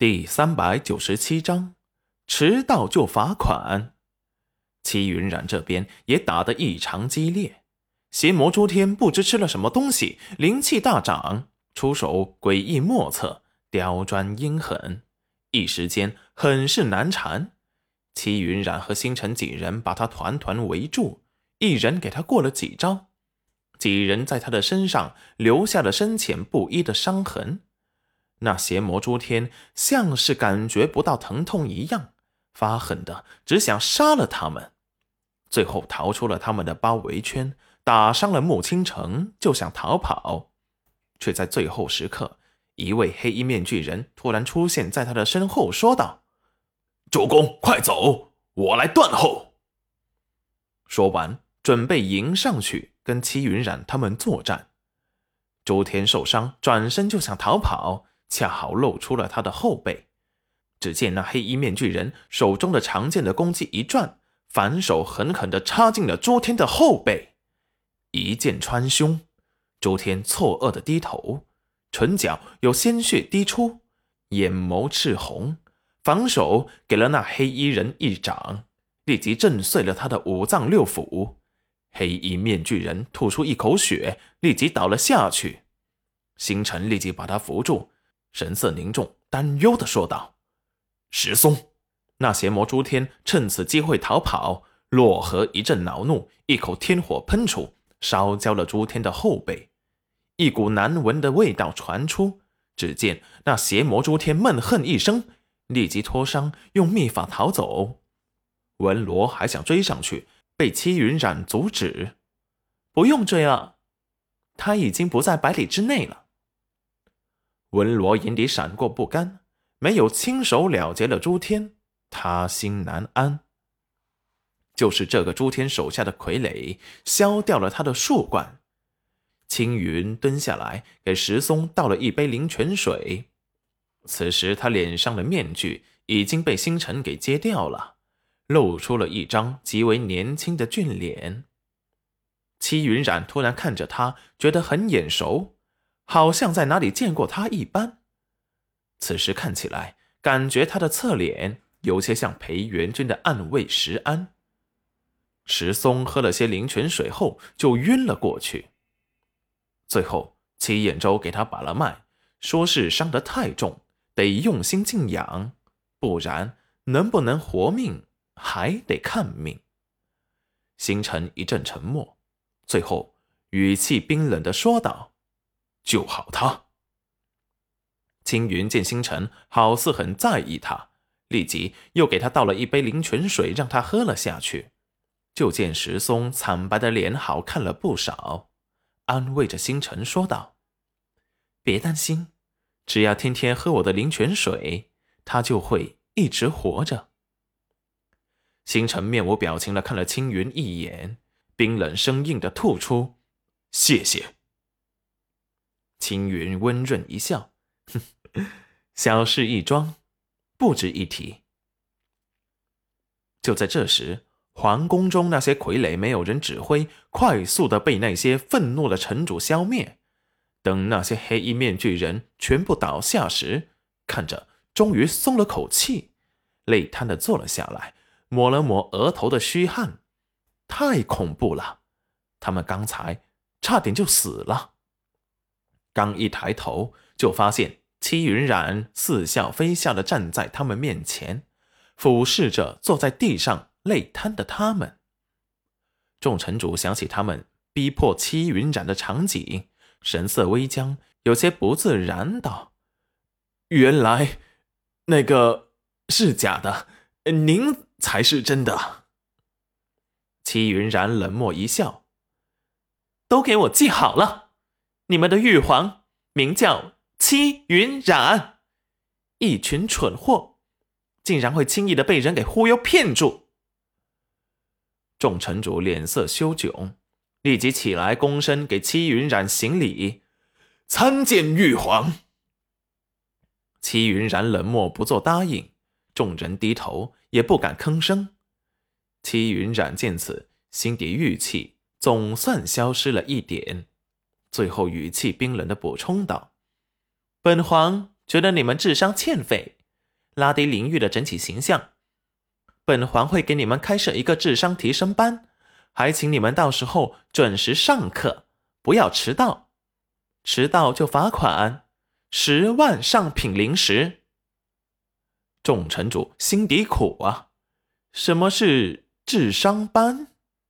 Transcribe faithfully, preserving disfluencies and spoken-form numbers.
第三百九十七章，迟到就罚款。戚云染这边也打得异常激烈，邪魔诸天不知吃了什么东西，灵气大涨，出手诡异莫测，刁钻阴狠，一时间很是难缠。戚云染和星辰几人把他团团围住，一人给他过了几招，几人在他的身上留下了深浅不一的伤痕。那邪魔诸天像是感觉不到疼痛一样，发狠的只想杀了他们。最后逃出了他们的包围圈，打伤了穆青城，就想逃跑，却在最后时刻，一位黑衣面具人突然出现在他的身后，说道：主公快走，我来断后。说完准备迎上去跟戚云染他们作战。诸天受伤，转身就想逃跑，恰好露出了他的后背。只见那黑衣面具人手中的长剑的攻击一转，反手狠狠地插进了诸天的后背，一剑穿胸。诸天错愕地低头，唇角有鲜血滴出，眼眸赤红，反手给了那黑衣人一掌，立即震碎了他的五脏六腑。黑衣面具人吐出一口血，立即倒了下去。星辰立即把他扶住，神色凝重，担忧地说道：石松。那邪魔诸天趁此机会逃跑，洛河一阵恼怒，一口天火喷出，烧焦了诸天的后背。一股难闻的味道传出，只见那邪魔诸天闷恨一声，立即脱伤，用秘法逃走。文罗还想追上去，被戚云染阻止。不用追了，他已经不在百里之内了。文罗眼底闪过不甘，没有亲手了结了诸天，他心难安。就是这个诸天手下的傀儡消掉了他的树冠。青云蹲下来给石松倒了一杯灵泉水，此时他脸上的面具已经被星辰给揭掉了，露出了一张极为年轻的俊脸。戚云染突然看着他，觉得很眼熟，好像在哪里见过他一般。此时看起来，感觉他的侧脸有些像裴元君的暗卫石安。石松喝了些灵泉水后就晕了过去。最后戚衍州给他把了脉，说是伤得太重，得用心静养，不然能不能活命还得看命。星辰一阵沉默，最后语气冰冷地说道：救好他。青云见星辰好似很在意他，立即又给他倒了一杯灵泉水，让他喝了下去。就见石松惨白的脸好看了不少，安慰着星辰说道：别担心，只要天天喝我的灵泉水，他就会一直活着。星辰面无表情地看了青云一眼，冰冷生硬地吐出：谢谢。青云温润一笑，哼，小事一桩，不值一提。就在这时，皇宫中那些傀儡没有人指挥，快速地被那些愤怒的城主消灭。等那些黑衣面具人全部倒下时，看着终于松了口气，累瘫地坐了下来，抹了抹额头的虚汗。太恐怖了，他们刚才差点就死了。刚一抬头，就发现戚云染似笑非笑地站在他们面前，俯视着坐在地上累瘫的他们。众城主想起他们逼迫戚云染的场景，神色微僵，有些不自然道：原来那个是假的，您才是真的。戚云染冷漠一笑：都给我记好了，你们的玉皇名叫戚云染，一群蠢货，竟然会轻易的被人给忽悠骗住。众城主脸色羞窘，立即起来躬身给戚云染行礼：参见玉皇。戚云染冷漠不做答应，众人低头也不敢吭声。戚云染见此，心底郁气总算消失了一点，最后语气冰冷地补充道：本皇觉得你们智商欠费， 拉低林玉的整体形象。本皇会给你们开设一个智商提升班，还请你们到时候准时上课，不要迟到。迟到就罚款，十万上品灵石。众城主心底苦啊，什么是智商班？